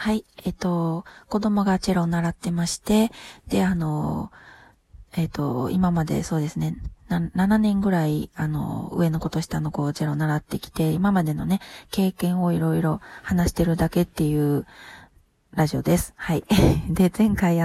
はい。子供がチェロを習ってまして、で、今までそうですね、7年ぐらい、上の子と下の子をチェロを習ってきて、今までのね、経験をいろいろ話してるだけっていうラジオです。はい。で、前回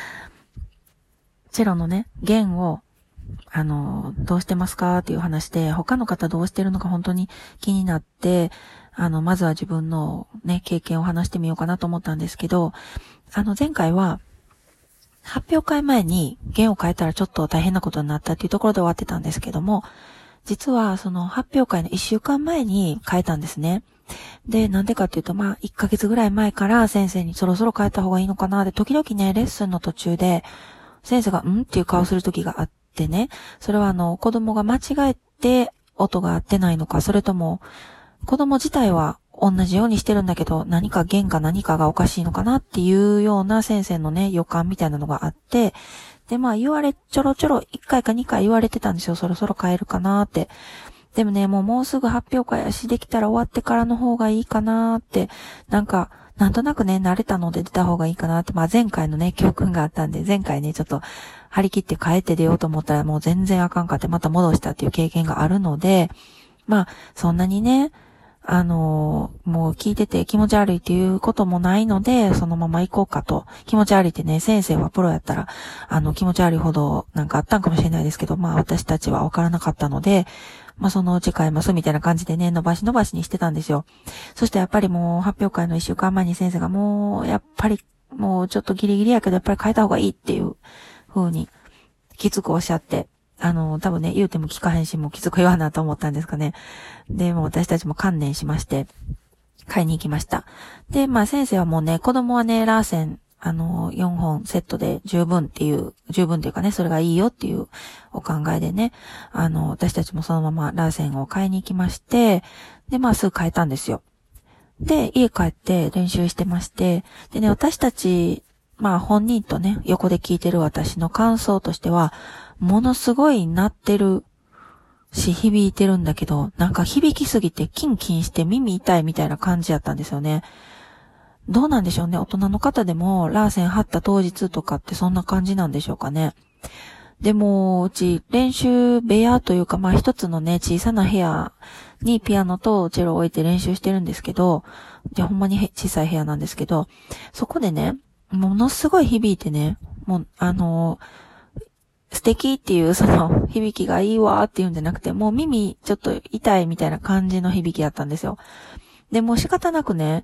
チェロのね、弦を、どうしてますかっていう話で、他の方どうしてるのか本当に気になって、まずは自分のね、経験を話してみようかなと思ったんですけど、前回は、発表会前に弦を変えたらちょっと大変なことになったっていうところで終わってたんですけども、実はその発表会の1週間前に変えたんですね。で、なんでかっていうと、1ヶ月ぐらい前から先生にそろそろ変えた方がいいのかなって、時々ね、レッスンの途中で、先生が、っていう顔する時があってね、それは子供が間違えて音が合ってないのか、それとも、子供自体は同じようにしてるんだけど、何か弦か何かがおかしいのかなっていうような先生のね、予感みたいなのがあって、で、ちょろちょろ1回か2回言われてたんですよ。そろそろ変えるかなって。でもね、もうすぐ発表会やし、できたら終わってからの方がいいかなって、なんとなくね、慣れたので出た方がいいかなって、前回のね、教訓があったんで、前回ね、ちょっと張り切って変えて出ようと思ったらもう全然あかんかってまた戻したっていう経験があるので、そんなにね、もう聞いてて気持ち悪いっていうこともないので、そのまま行こうかと。気持ち悪いってね、先生はプロやったら、気持ち悪いほどなんかあったんかもしれないですけど、私たちはわからなかったので、そのうち変えますみたいな感じでね、伸ばしにしてたんですよ。そしてやっぱりもう発表会の1週間前に先生がやっぱりもうちょっとギリギリやけどやっぱり変えた方がいいっていう風にきつくおっしゃって、多分ね、言うても聞かへんし、もうきつく言わなと思ったんですかね。で、もう私たちも観念しまして、買いに行きました。で、先生はもうね、子供はね、ラーセン、4本セットで十分っていうかね、それがいいよっていうお考えでね、私たちもそのままラーセンを買いに行きまして、で、すぐ買えたんですよ。で、家帰って練習してまして、でね、私たち、本人とね、横で聞いてる私の感想としては、ものすごい鳴ってるし、響いてるんだけど、なんか響きすぎてキンキンして耳痛いみたいな感じやったんですよね。どうなんでしょうね。大人の方でもラーセン貼った当日とかってそんな感じなんでしょうかね。でも、うち練習部屋というか、一つのね、小さな部屋にピアノとチェロを置いて練習してるんですけど、で、ほんまに小さい部屋なんですけど、そこでね、ものすごい響いてね、もう、素敵っていうその響きがいいわーっていうんじゃなくて、もう耳ちょっと痛いみたいな感じの響きだったんですよ。で、もう仕方なくね、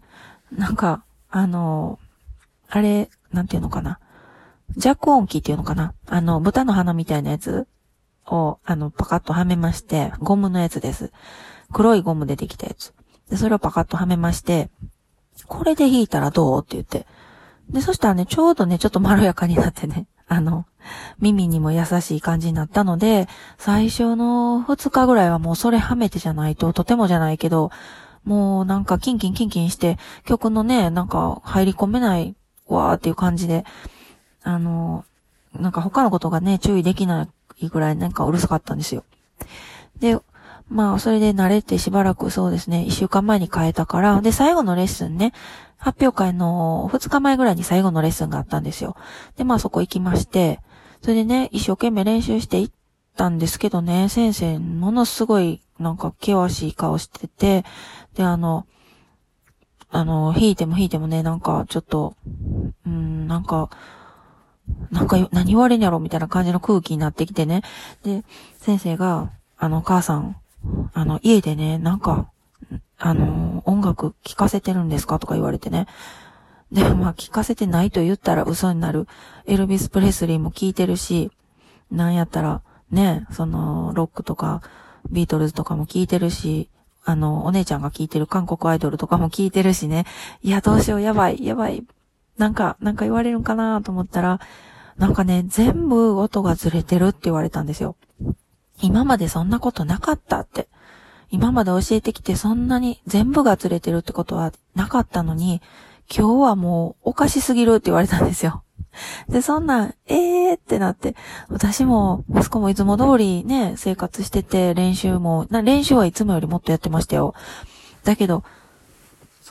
あれ、なんていうのかな。弱音機っていうのかな。豚の鼻みたいなやつを、パカッとはめまして、ゴムのやつです。黒いゴムでできたやつ。で、それをパカッとはめまして、これで弾いたらどうって言って。で、そしたらね、ちょうどね、ちょっとまろやかになってね、耳にも優しい感じになったので、最初の2日ぐらいはもうそれはめてじゃないと、とてもじゃないけど、もうなんかキンキンして、曲のね、なんか入り込めないわーっていう感じで、なんか他のことがね、注意できないぐらいなんかうるさかったんですよ。で、それで慣れてしばらくそうですね、1週間前に変えたから、で、最後のレッスンね、発表会の2日前ぐらいに最後のレッスンがあったんですよ。で、そこ行きまして、それでね、一生懸命練習していったんですけどね、先生、ものすごい、なんか、険しい顔してて、で、弾いてもね、なんか、ちょっと、なんか、何言われんやろみたいな感じの空気になってきてね。で、先生が、母さん、家でね、なんか、音楽聴かせてるんですかとか言われてね。で、聴かせてないと言ったら嘘になる。エルビス・プレスリーも聴いてるし、なんやったら、ね、ロックとか、ビートルズとかも聴いてるし、お姉ちゃんが聴いてる韓国アイドルとかも聴いてるしね。いや、どうしよう、やばい。なんか言われるんかなと思ったら、なんかね、全部音がずれてるって言われたんですよ。今までそんなことなかったって。今まで教えてきてそんなに全部がずれてるってことはなかったのに、今日はもうおかしすぎるって言われたんですよ。で、そんなん、ってなって、私も息子もいつも通りね、生活してて、練習はいつもよりもっとやってましたよ。だけど、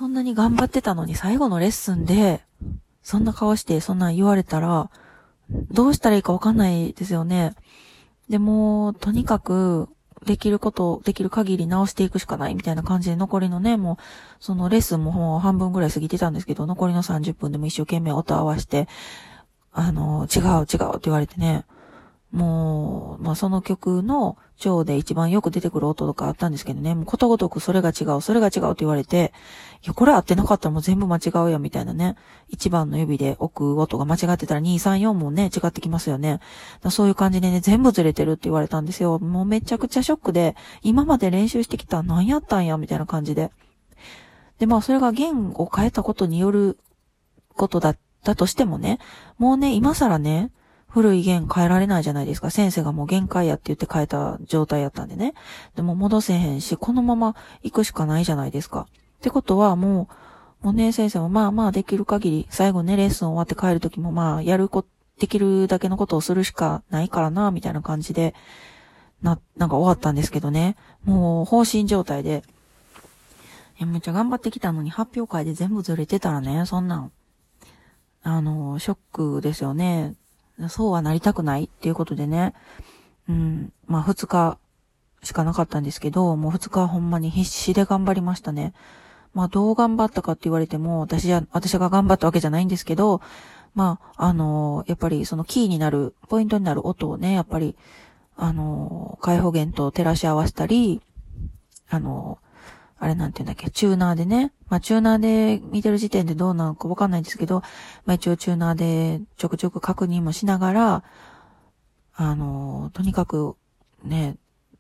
そんなに頑張ってたのに最後のレッスンで、そんな顔してそんなん言われたら、どうしたらいいかわかんないですよね。でも、とにかく、できる限り直していくしかないみたいな感じで残りのね、もう、そのレッスンももう半分ぐらい過ぎてたんですけど、残りの30分でも一生懸命音合わせて、違うって言われてね、もう、その曲の調で一番よく出てくる音とかあったんですけどね、もうことごとくそれが違うって言われて、いや、これ合ってなかったらもう全部間違うよみたいなね、一番の指で置く音が間違ってたら2、3、4もね、違ってきますよね。そういう感じでね、全部ずれてるって言われたんですよ。もうめちゃくちゃショックで、今まで練習してきた何やったんやみたいな感じで。で、それが弦を変えたことによることだったとしてもね、もうね、今更ね、古い弦変えられないじゃないですか。先生がもう限界やって言って変えた状態やったんでね。でも戻せへんし、このまま行くしかないじゃないですか。ってことはもうね、先生もできる限り、最後ね、レッスン終わって帰るときもできるだけのことをするしかないからな、みたいな感じで、なんか終わったんですけどね。もう放心状態で。めっちゃ頑張ってきたのに発表会で全部ずれてたらね、そんなん、ショックですよね。そうはなりたくないっていうことでね。2日しかなかったんですけど、もう2日はほんまに必死で頑張りましたね。どう頑張ったかって言われても、私が頑張ったわけじゃないんですけど、やっぱりそのキーになる、ポイントになる音をね、やっぱり、開放弦と照らし合わせたり、あれなんて言うんだっけ、チューナーでね。チューナーで見てる時点でどうなのかわかんないんですけど、一応チューナーでちょくちょく確認もしながら、とにかく、ね、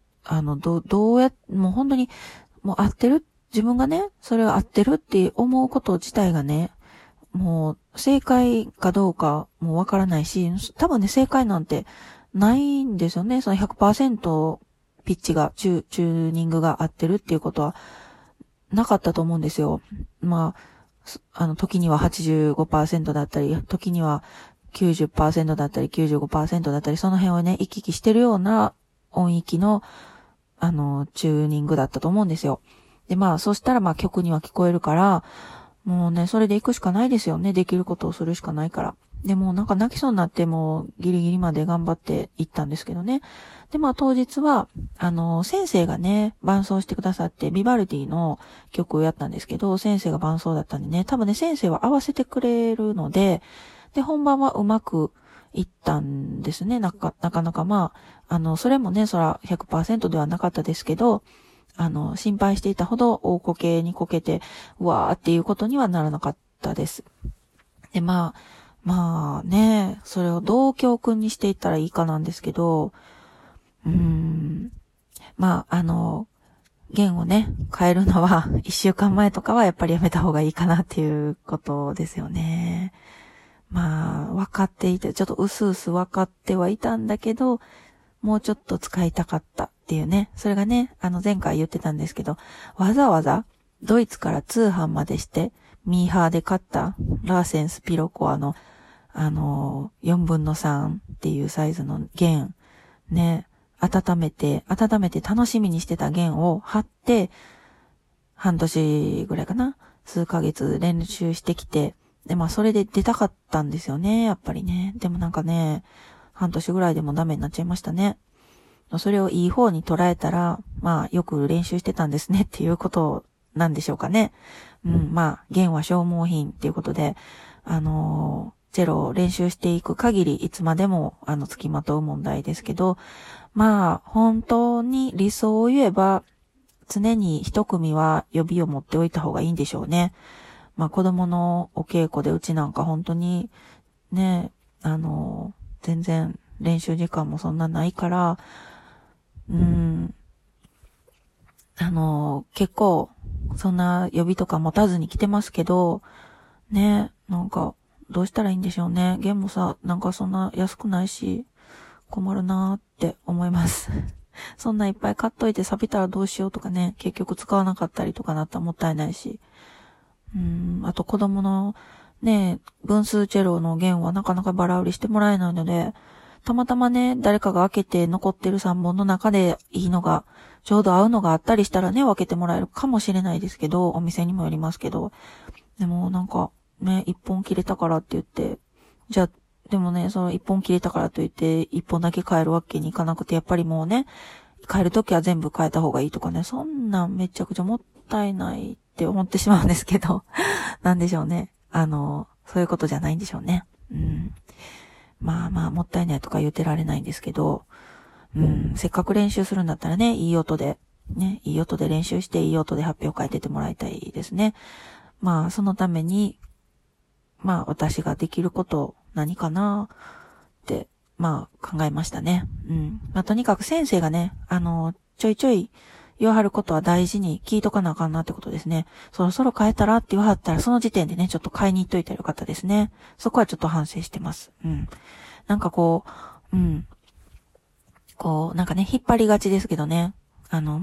もう本当に、もう合ってる、自分がね、それは合ってるって思うこと自体がね、もう正解かどうかもわからないし、多分ね、正解なんてないんですよね。その 100% ピッチが、チューニングが合ってるっていうことは、なかったと思うんですよ。時には 85% だったり、時には 90% だったり、95% だったり、その辺をね、行き来してるような音域の、チューニングだったと思うんですよ。で、そしたら曲には聞こえるから、もうね、それで行くしかないですよね。できることをするしかないから。でもなんか泣きそうになってもギリギリまで頑張って行ったんですけどね。で、当日は、先生がね、伴奏してくださって、ビバルディの曲をやったんですけど、先生が伴奏だったんでね、多分ね、先生は合わせてくれるので、で、本番はうまくいったんですね。なかなかそれもね、そら 100% ではなかったですけど、心配していたほど大こけにこけて、うわーっていうことにはならなかったです。で、ね、それをどう教訓にしていったらいいかなんですけど、弦をね、変えるのは1週間前とかはやっぱりやめた方がいいかなっていうことですよね。分かっていて、ちょっとうすうす分かってはいたんだけど、もうちょっと使いたかったっていうね。それがね、前回言ってたんですけど、わざわざドイツから通販までして、ミーハーで買ったラーセンスピロコアの、4分の3っていうサイズの弦、ね、温めて楽しみにしてた弦を貼って、半年ぐらいかな、数ヶ月練習してきて、で、それで出たかったんですよね、やっぱりね。でもなんかね、半年ぐらいでもダメになっちゃいましたね。それをいい方に捉えたら、よく練習してたんですねっていうことなんでしょうかね。弦は消耗品っていうことで、チェロを練習していく限りいつまでも、付きまとう問題ですけど、本当に理想を言えば、常に一組は予備を持っておいた方がいいんでしょうね。子供のお稽古でうちなんか本当に、ね、全然練習時間もそんなないから、結構、そんな予備とか持たずに来てますけど、ね、なんか、どうしたらいいんでしょうね。弦もさ、なんかそんな安くないし、困るなーって思います。そんないっぱい買っといて錆びたらどうしようとかね、結局使わなかったりとかなったらもったいないし。あと子供のね、分数チェロの弦はなかなかバラ売りしてもらえないので、たまたまね、誰かが開けて残ってる3本の中でいいのがちょうど合うのがあったりしたらね、分けてもらえるかもしれないですけど、お店にもよりますけど、でもなんか、ね、一本切れたからって言って、じゃあ、でもね、その一本切れたからといって、一本だけ変えるわけにいかなくて、やっぱりもうね、変えるときは全部変えた方がいいとかね、そんなんめちゃくちゃもったいないって思ってしまうんですけど、なんでしょうね。そういうことじゃないんでしょうね。うん。まあまあ、もったいないとか言ってられないんですけど、うん、せっかく練習するんだったらね、いい音で練習して、いい音で発表会出てもらいたいですね。まあ、そのために、まあ、私ができること何かなって、まあ、考えましたね。うん。まあ、とにかく先生がね、ちょいちょい言わはることは大事に聞いとかなあかんなってことですね。そろそろ変えたらって言わはったら、その時点でね、ちょっと買いに行っといたらよかったですね。そこはちょっと反省してます。うん。なんかこう、うん。こう、なんかね、引っ張りがちですけどね。